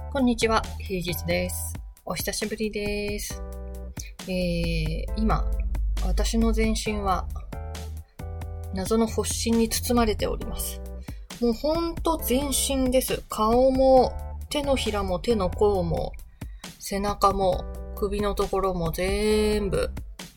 こんにちは、平日です。お久しぶりです。今、私の全身は謎の発疹に包まれております。もうほんと全身です。顔も手のひらも手の甲も背中も首のところも全部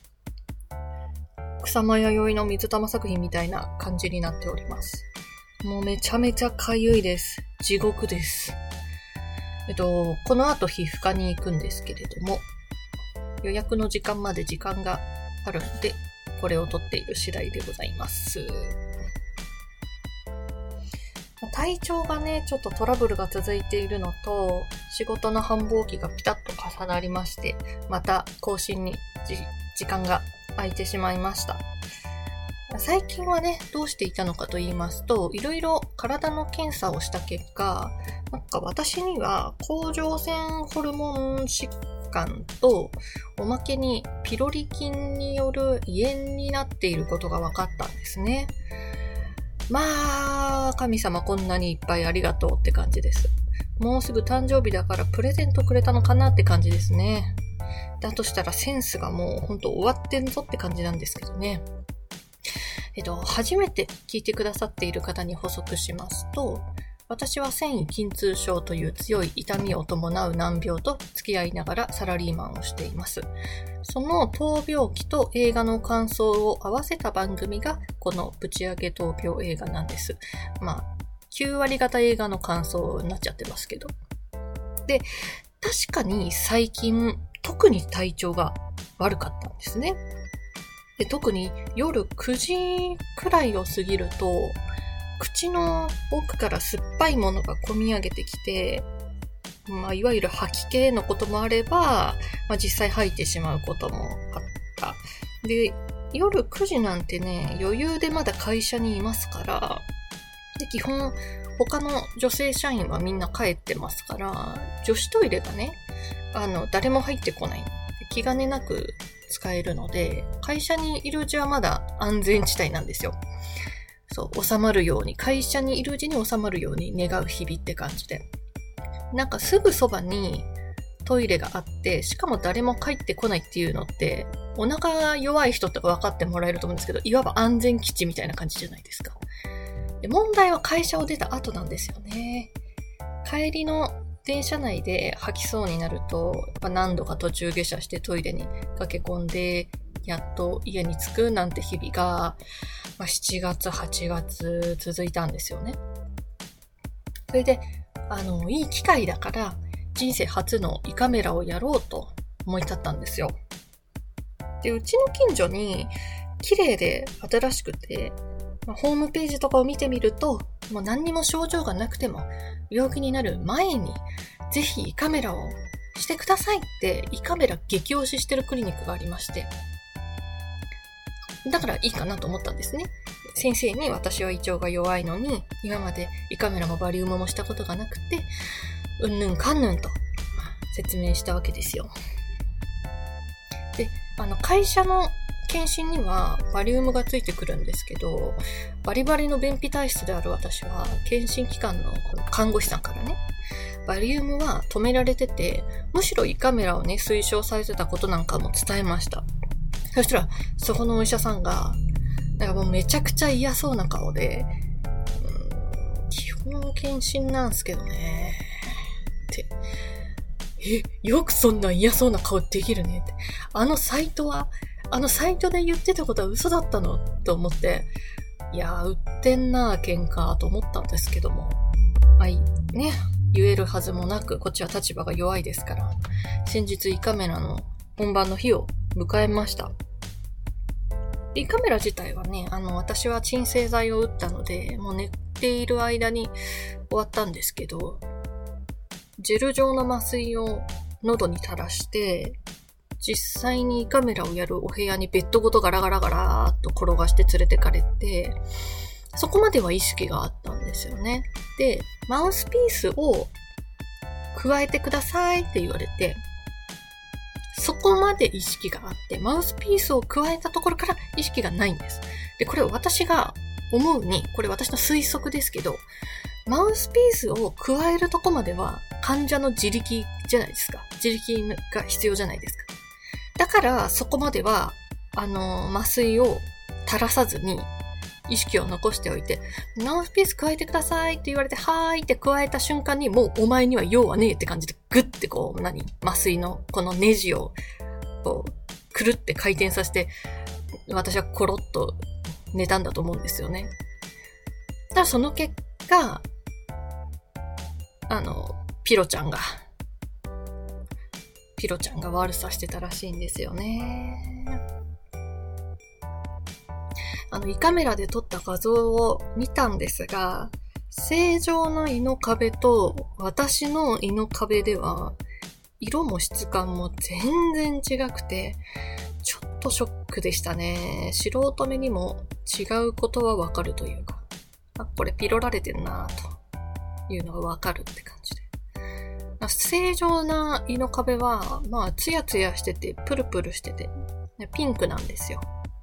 草間彌生の水玉作品みたいな感じになっております。もうめちゃめちゃかゆいです。地獄です。この後皮膚科に行くんですけれども、予約の時間まで時間があるので、これを撮っている次第でございます。体調がね、ちょっとトラブルが続いているのと、仕事の繁忙期がピタッと重なりまして、また更新に時間が空いてしまいました。最近はね、どうしていたのかと言いますと、いろいろ体の検査をした結果、私には甲状腺ホルモン疾患と、おまけにピロリ菌による胃炎になっていることが分かったんですね。神様こんなにいっぱいありがとうって感じです。もうすぐ誕生日だからプレゼントくれたのかなって感じですね。だとしたらセンスがもうほんと終わってんぞって感じなんですけどね。初めて聞いてくださっている方に補足しますと、私は繊維筋痛症という強い痛みを伴う難病と付き合いながらサラリーマンをしています。その闘病記と映画の感想を合わせた番組がこのぶち上げ闘病映画なんです。9割方映画の感想になっちゃってますけど。で、確かに最近特に体調が悪かったんですね。で、特に夜9時くらいを過ぎると、口の奥から酸っぱいものがこみ上げてきて、いわゆる吐き気のこともあれば、実際吐いてしまうこともあった。で、夜9時なんてね、余裕でまだ会社にいますから、で基本他の女性社員はみんな帰ってますから、女子トイレがね、誰も入ってこない。気兼ねなく使えるので、会社にいるうちはまだ安全地帯なんですよ。そう、収まるように、会社にいるうちに収まるように願う日々って感じで。すぐそばにトイレがあって、しかも誰も帰ってこないっていうのって、お腹が弱い人って分かってもらえると思うんですけど、いわば安全基地みたいな感じじゃないですか。で、問題は会社を出た後なんですよね。帰りの電車内で吐きそうになると、何度か途中下車してトイレに駆け込んで、やっと家に着くなんて日々が、7月、8月続いたんですよね。それで、いい機会だから、人生初の胃カメラをやろうと思い立ったんですよ。で、うちの近所に、綺麗で新しくて、ホームページとかを見てみると、もう何にも症状がなくても、病気になる前に、ぜひ胃カメラをしてくださいって、胃カメラ激推ししてるクリニックがありまして、だからいいかなと思ったんですね。先生に私は胃腸が弱いのに、今まで胃カメラもバリウムもしたことがなくて、うんぬんかんぬんと説明したわけですよ。で、会社の検診にはバリウムがついてくるんですけど、バリバリの便秘体質である私は、検診機関の看護師さんからね、バリウムは止められてて、むしろ胃カメラをね、推奨されてたことなんかも伝えました。そしたら、そこのお医者さんが、もうめちゃくちゃ嫌そうな顔で、基本検診なんすけどね、って。よくそんな嫌そうな顔できるねって。サイトで言ってたことは嘘だったのと思って、売ってんな喧嘩と思ったんですけども。ね、言えるはずもなく、こっちは立場が弱いですから、先日胃カメラの本番の日を迎えました。胃カメラ自体はね、私は鎮静剤を打ったので、もう寝ている間に終わったんですけど、ジェル状の麻酔を喉に垂らして、実際に胃カメラをやるお部屋にベッドごとガラガラガラーっと転がして連れてかれて、そこまでは意識があったんですよね。で、マウスピースを加えてくださいって言われて、そこまで意識があって、マウスピースを加えたところから意識がないんです。で、これ私が思うに、これ私の推測ですけど、マウスピースを加えるとこまでは患者の自力じゃないですか。自力が必要じゃないですか。だからそこまでは、麻酔を垂らさずに意識を残しておいて、マウスピース加えてくださいって言われて、はーいって加えた瞬間に、もうお前には用はねえって感じで、グッてこう、麻酔のこのネジを、こう、くるって回転させて、私はコロッと寝たんだと思うんですよね。ただその結果、ピロちゃんが悪さしてたらしいんですよね。胃カメラで撮った画像を見たんですが、正常な胃の壁と私の胃の壁では、色も質感も全然違くて、ちょっとショックでしたね。素人目にも違うことはわかるというか、これピロられてるなというのがわかるって感じで。正常な胃の壁は、ツヤツヤしてて、プルプルしてて、ピンクなんですよ。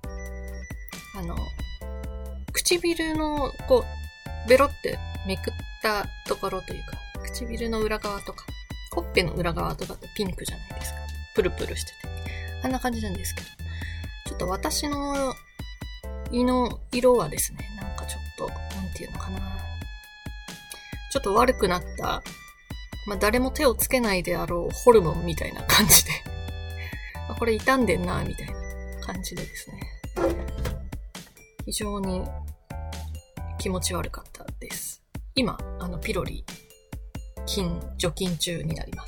唇の、こう、ベロってめくったところというか、唇の裏側とか、ほっぺの裏側とかってピンクじゃないですか。プルプルしてて。あんな感じなんですけど。ちょっと私の胃の色はですね、なんかちょっと、なんていうのかな。ちょっと悪くなった、誰も手をつけないであろうホルモンみたいな感じで。これ傷んでんな、みたいな感じでですね。非常に気持ち悪かったです。今、ピロリ、除菌中になります。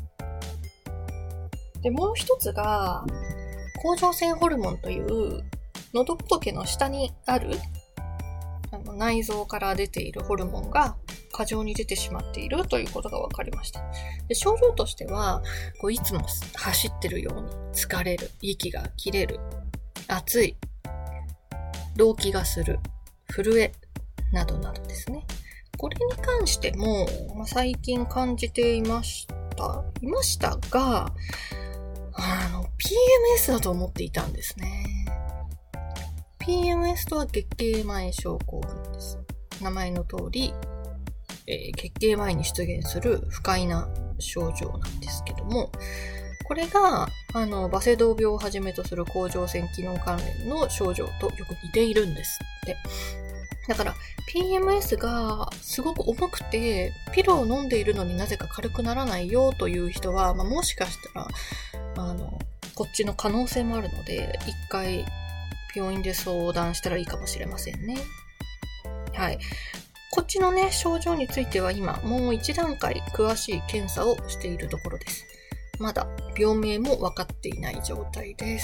で、もう一つが、甲状腺ホルモンという、喉仏の下にある、内臓から出ているホルモンが過剰に出てしまっているということが分かりました。で、症状としては、いつも走ってるように疲れる、息が切れる、暑い、動悸がする、震え、などなどですね。これに関しても、最近感じていましたが、PMS だと思っていたんですね。PMS とは月経前症候群です。名前の通り、月経前に出現する不快な症状なんですけども、これが、バセドウ病をはじめとする甲状腺機能関連の症状とよく似ているんですって。だから、PMS がすごく重くて、ピルを飲んでいるのになぜか軽くならないよという人は、もしかしたら、こっちの可能性もあるので、一回、病院で相談したらいいかもしれませんね。はい。こっちのね、症状については今、もう一段階詳しい検査をしているところです。まだ病名も分かっていない状態です。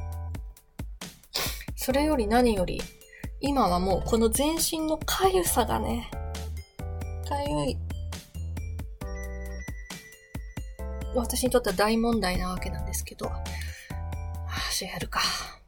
それより何より、今はもうこの全身の痒さがね、痒い。私にとっては大問題なわけなんですけど、じゃあやるか。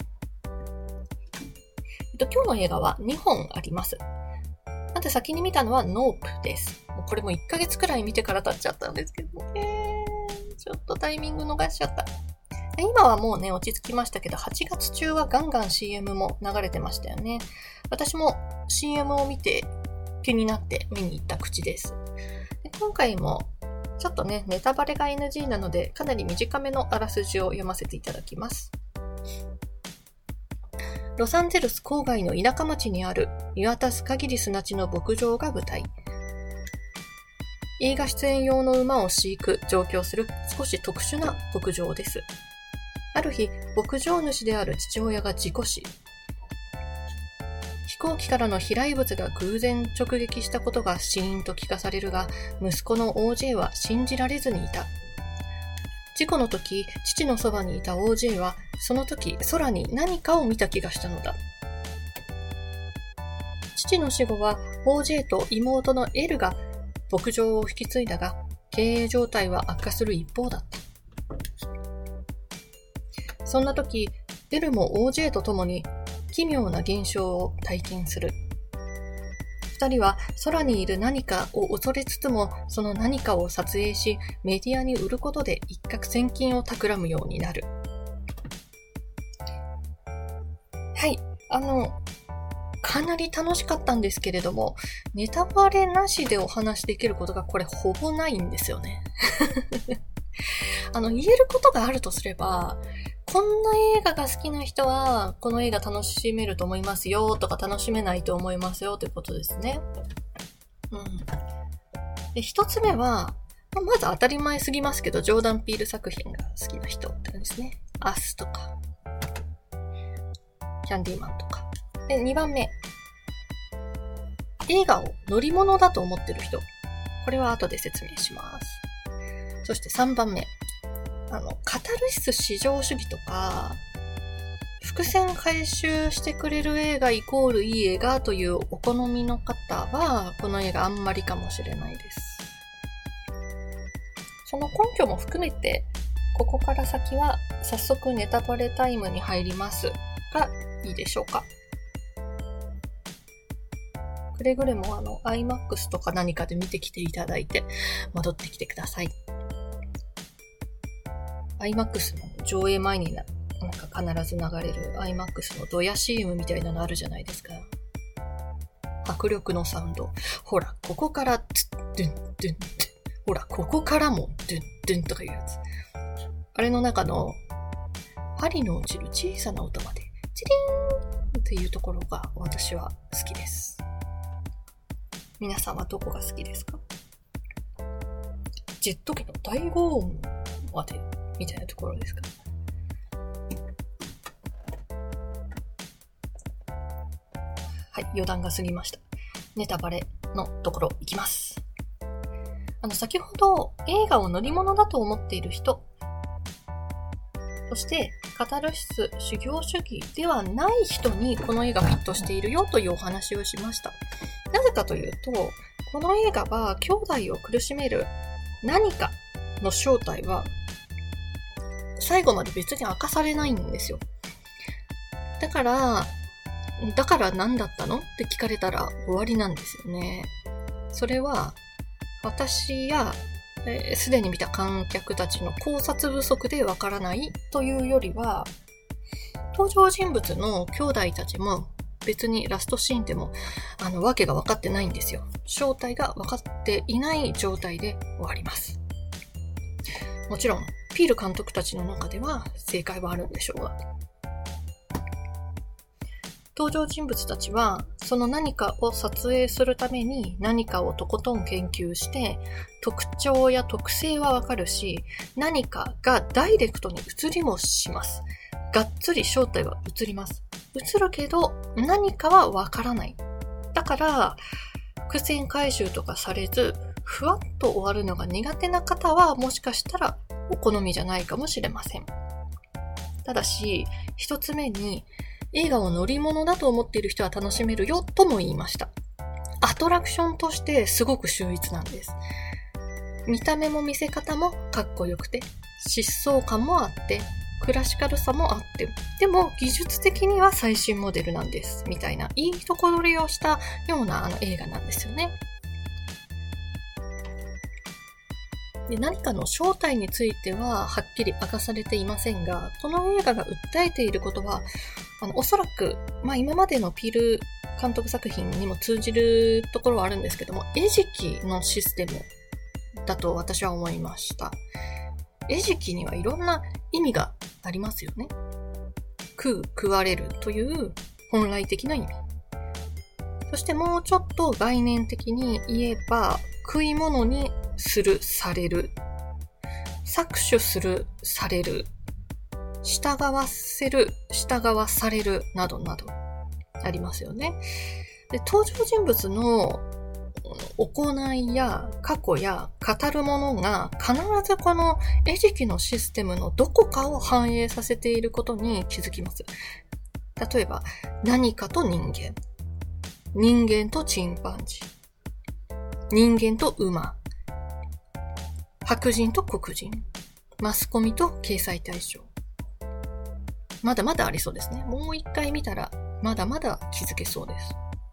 今日の映画は2本あります。まず先に見たのはノープです。これも1ヶ月くらい見てから経っちゃったんですけど、ちょっとタイミング逃しちゃった。今はもうね、落ち着きましたけど、8月中はガンガン CM も流れてましたよね。私も CM を見て気になって見に行った口です。で、今回もちょっとね、ネタバレが NG なので、かなり短めのあらすじを読ませていただきます。ロサンゼルス郊外の田舎町にある見渡す限り砂地の牧場が舞台。映画出演用の馬を飼育、調教する少し特殊な牧場です。ある日、牧場主である父親が事故死。飛行機からの飛来物が偶然直撃したことが死因と聞かされるが、息子の OJ は信じられずにいた。事故の時、父のそばにいた OJ は、その時空に何かを見た気がしたのだ。父の死後は OJ と妹の L が牧場を引き継いだが、経営状態は悪化する一方だった。そんな時、L も OJ と共に奇妙な現象を体験する。二人は空にいる何かを恐れつつも、その何かを撮影し、メディアに売ることで一攫千金を企むようになかなり楽しかったんですけれども、ネタバレなしでお話しできることがこれほぼないんですよね。言えることがあるとすれば、こんな映画が好きな人は、この映画楽しめると思いますよとか楽しめないと思いますよということですね。で、一つ目は、まず当たり前すぎますけど、ジョーダン・ピール作品が好きな人って感じですね。アスとか、キャンディーマンとか。で、2番目。映画を乗り物だと思ってる人。これは後で説明します。そして3番目。カタルシス至上主義とか、伏線回収してくれる映画イコールいい映画というお好みの方は、この映画あんまりかもしれないです。その根拠も含めて、ここから先は早速ネタバレタイムに入りますが、いいでしょうか。くれぐれもIMAX とか何かで見てきていただいて、戻ってきてください。IMAX の上映前になんか必ず流れる IMAX のドヤ CM みたいなのあるじゃないですか。迫力のサウンド。ほら、ここからツッドゥンドゥンドゥン。ほら、ここからもドゥンドゥンとかいうやつ。あれの中の針の落ちる小さな音までチリーンっていうところが私は好きです。皆さんはどこが好きですか？ジェット機の大轟音までみたいなところですか？はい、余談が過ぎました。ネタバレのところいきます。先ほど映画を乗り物だと思っている人、そしてカタルシス修行主義ではない人にこの映画フィットしているよというお話をしました。なぜかというと、この映画は兄弟を苦しめる何かの正体は最後まで別に明かされないんですよ。だから何だったのって聞かれたら終わりなんですよね。それは私やすでに見た観客たちの考察不足でわからないというよりは、登場人物の兄弟たちも別にラストシーンでもわけが分かってないんですよ。正体が分かっていない状態で終わります。もちろんピール監督たちの中では正解はあるんでしょうが、登場人物たちはその何かを撮影するために何かをとことん研究して、特徴や特性はわかるし、何かがダイレクトに映りもします。がっつり正体は映ります。映るけど何かはわからない。だから伏線回収とかされず、ふわっと終わるのが苦手な方はもしかしたらお好みじゃないかもしれません。ただし、一つ目に映画を乗り物だと思っている人は楽しめるよとも言いました。アトラクションとしてすごく秀逸なんです。見た目も見せ方もかっこよくて、疾走感もあって、クラシカルさもあって、でも技術的には最新モデルなんです。みたいないいとこ取りをしたような映画なんですよね。で、何かの正体についてははっきり明かされていませんが、この映画が訴えていることは、おそらく、今までのピール監督作品にも通じるところはあるんですけども、餌食のシステムだと私は思いました。餌食にはいろんな意味がありますよね。食われるという本来的な意味。そしてもうちょっと概念的に言えば、食い物にする、される。搾取する、される。従わせる、従わされるなどなどありますよね。で、登場人物の行いや過去や語るものが必ずこの餌食のシステムのどこかを反映させていることに気づきます。例えば、何かと人間、人間とチンパンジー、人間と馬、白人と黒人、マスコミと掲載対象。まだまだありそうですね。もう一回見たらまだまだ気づけそうです。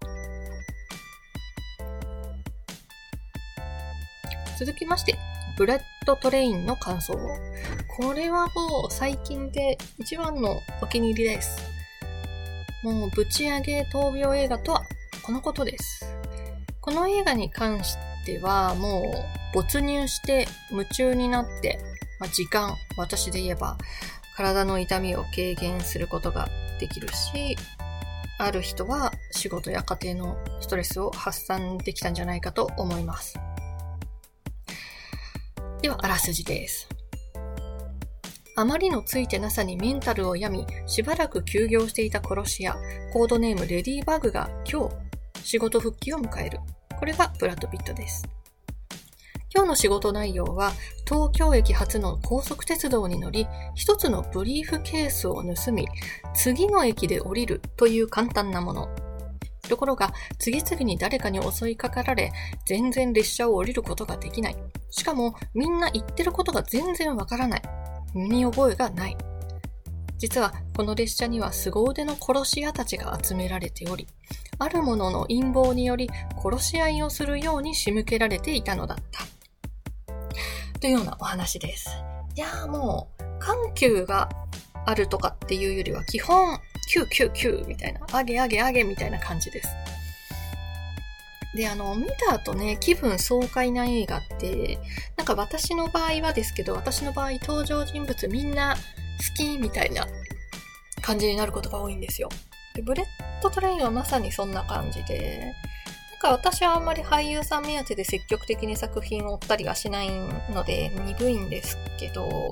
続きまして、ブレッドトレインの感想を。これはもう最近で一番のお気に入りです。 もうぶち上げ闘病映画とはこのことです。この映画に関してはもう没入して夢中になって、時間、私で言えば体の痛みを軽減することができるし、ある人は仕事や家庭のストレスを発散できたんじゃないかと思います。ではあらすじです。あまりのついてなさにメンタルを病み、しばらく休業していた殺し屋、コードネームレディバグが今日仕事復帰を迎える。これがブラッド・ピットです。今日の仕事内容は、東京駅発の高速鉄道に乗り、一つのブリーフケースを盗み、次の駅で降りるという簡単なもの。ところが、次々に誰かに襲いかかられ、全然列車を降りることができない。しかも、みんな言ってることが全然わからない。身に覚えがない。実は、この列車には凄腕の殺し屋たちが集められており、ある者の陰謀により殺し合いをするように仕向けられていたのだった。というようなお話です。いやーもう、緩急があるとかっていうよりは基本、キューキューキューみたいな、上げ上げ上げみたいな感じです。で、見た後ね、気分爽快な映画って、なんか私の場合はですけど、私の場合登場人物みんな好きみたいな感じになることが多いんですよ。で、ブレッドトレインはまさにそんな感じで、なんか私はあんまり俳優さん目当てで積極的に作品を追ったりはしないので鈍いんですけど、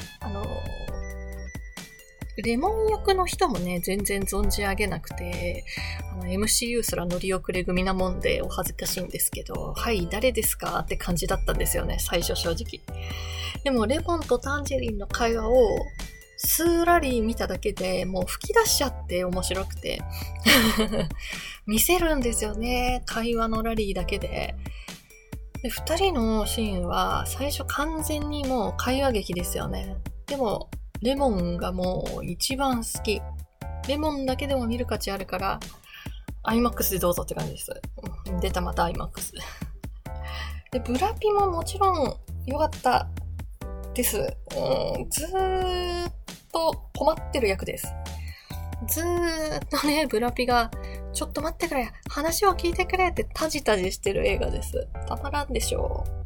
レモン役の人もね、全然存じ上げなくて、MCU すら乗り遅れ組なもんでお恥ずかしいんですけど、はい、誰ですかって感じだったんですよね、最初正直。でも、レモンとタンジェリンの会話を数ラリー見ただけでもう吹き出しちゃって面白くて。見せるんですよね、会話のラリーだけで。で、二人のシーンは最初完全にもう会話劇ですよね。でも、レモンがもう一番好き。レモンだけでも見る価値あるから、IMAX でどうぞって感じです。出たまた IMAX。で、ブラピももちろん良かったです。ずーっと困ってる役です。ずーっとね、ブラピが、ちょっと待ってくれ、話を聞いてくれってタジタジしてる映画です。たまらんでしょう。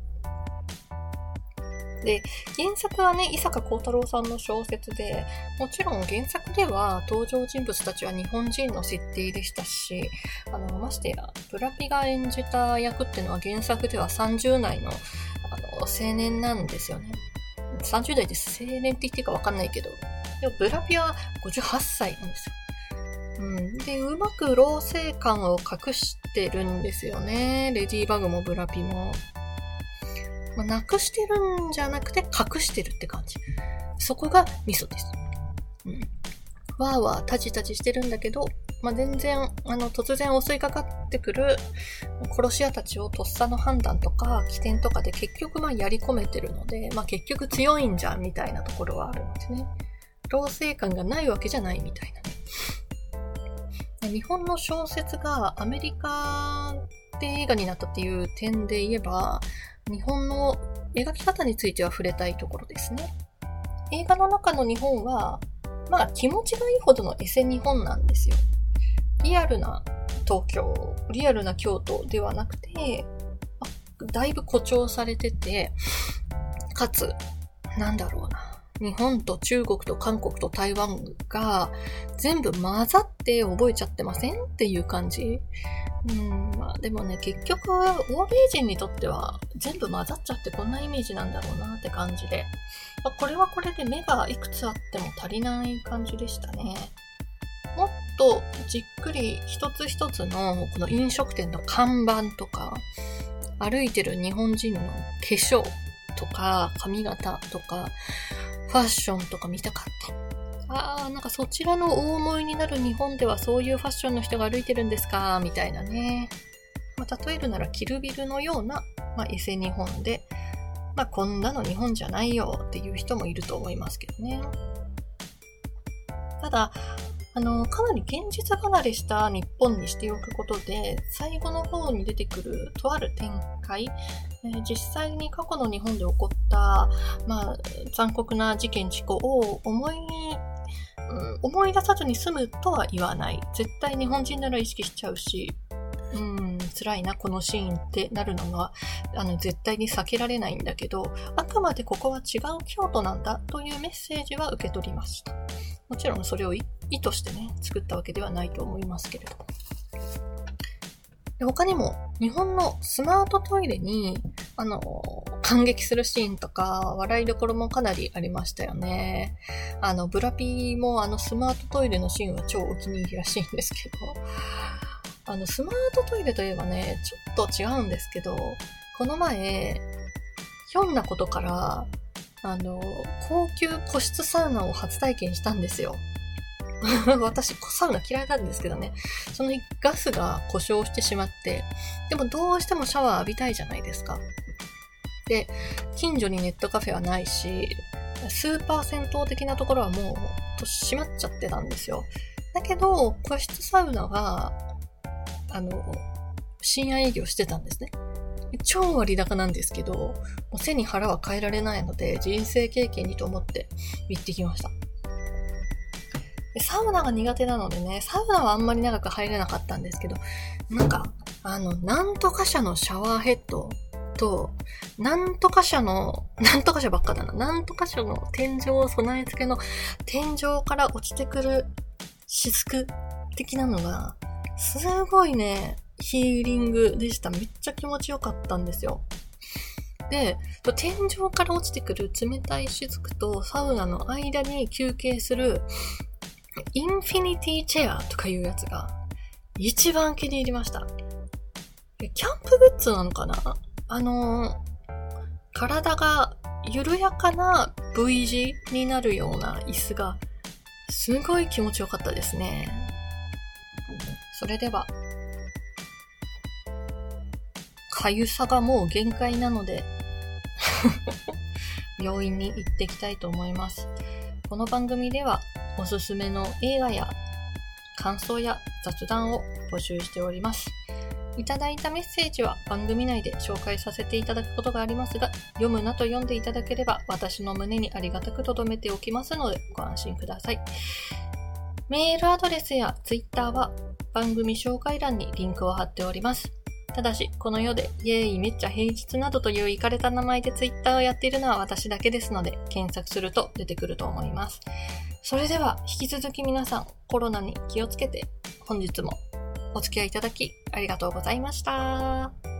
で、原作はね、伊坂幸太郎さんの小説で、もちろん原作では登場人物たちは日本人の設定でしたし、ましてや、ブラピが演じた役っていうのは原作では30代の、青年なんですよね。30代で青年って言っていいかわかんないけど、でもブラピは58歳なんですよ。で、うまく老成感を隠してるんですよね。レディバグもブラピも。なくしてるんじゃなくて隠してるって感じ。そこがミソです。わーわータジタジしてるんだけど、全然、突然襲いかかってくる殺し屋たちをとっさの判断とか起点とかで結局やり込めてるので、結局強いんじゃんみたいなところはあるんですね。老成感がないわけじゃないみたいなね。日本の小説がアメリカで映画になったっていう点で言えば、日本の描き方については触れたいところですね。映画の中の日本は、気持ちがいいほどのエセ日本なんですよ。リアルな東京、リアルな京都ではなくて、だいぶ誇張されてて、かつ、日本と中国と韓国と台湾が全部混ざって覚えちゃってませんっていう感じ。でもね、結局欧米人にとっては全部混ざっちゃってこんなイメージなんだろうなって感じで、これはこれで目がいくつあっても足りない感じでしたね。もっとじっくり一つ一つのこの飲食店の看板とか、歩いてる日本人の化粧とか髪型とかファッションとか見たかった。そちらの大思いになる日本ではそういうファッションの人が歩いてるんですかみたいなね。例えるならキルビルのような、エセ日本で、こんなの日本じゃないよっていう人もいると思いますけどね。ただ、かなり現実離れした日本にしておくことで、最後の方に出てくるとある展開、実際に過去の日本で起こった、残酷な事件事故を思い思い出さずに済むとは言わない。絶対日本人なら意識しちゃうし、辛いなこのシーンってなるのは絶対に避けられないんだけど、あくまでここは違う京都なんだというメッセージは受け取りました。もちろんそれを意図してね作ったわけではないと思いますけれども。他にも日本のスマートトイレに感激するシーンとか笑いどころもかなりありましたよね。ブラピーもスマートトイレのシーンは超お気に入りらしいんですけど、スマートトイレといえばねちょっと違うんですけど、この前ひょんなことから高級個室サウナを初体験したんですよ。私サウナ嫌いなんですけどね、そのガスが故障してしまって、でもどうしてもシャワー浴びたいじゃないですか。で、近所にネットカフェはないし、スーパー銭湯的なところはもう閉まっちゃってたんですよ。だけど個室サウナが深夜営業してたんですね。超割高なんですけど、もう背に腹は変えられないので人生経験にと思って行ってきました。サウナが苦手なのでね、サウナはあんまり長く入れなかったんですけど、なんとか社のシャワーヘッドと、なんとか社ばっかだな。なんとか社の天井備え付けの天井から落ちてくる雫的なのが、すごいね、ヒーリングでした。めっちゃ気持ちよかったんですよ。で、天井から落ちてくる冷たい雫とサウナの間に休憩するインフィニティチェアとかいうやつが一番気に入りました。キャンプグッズなのかな？体が緩やかな V 字になるような椅子がすごい気持ちよかったですね。それではかゆさがもう限界なので病院に行ってきたいと思います。この番組ではおすすめの映画や感想や雑談を募集しております。いただいたメッセージは番組内で紹介させていただくことがありますが、読むなと読んでいただければ私の胸にありがたく留めておきますのでご安心ください。メールアドレスやツイッターは番組紹介欄にリンクを貼っております。ただし、この世でイエーイめっちゃ平日などというイカれた名前でツイッターをやっているのは私だけですので、検索すると出てくると思います。それでは引き続き皆さんコロナに気をつけて、本日もお付き合いいただきありがとうございました。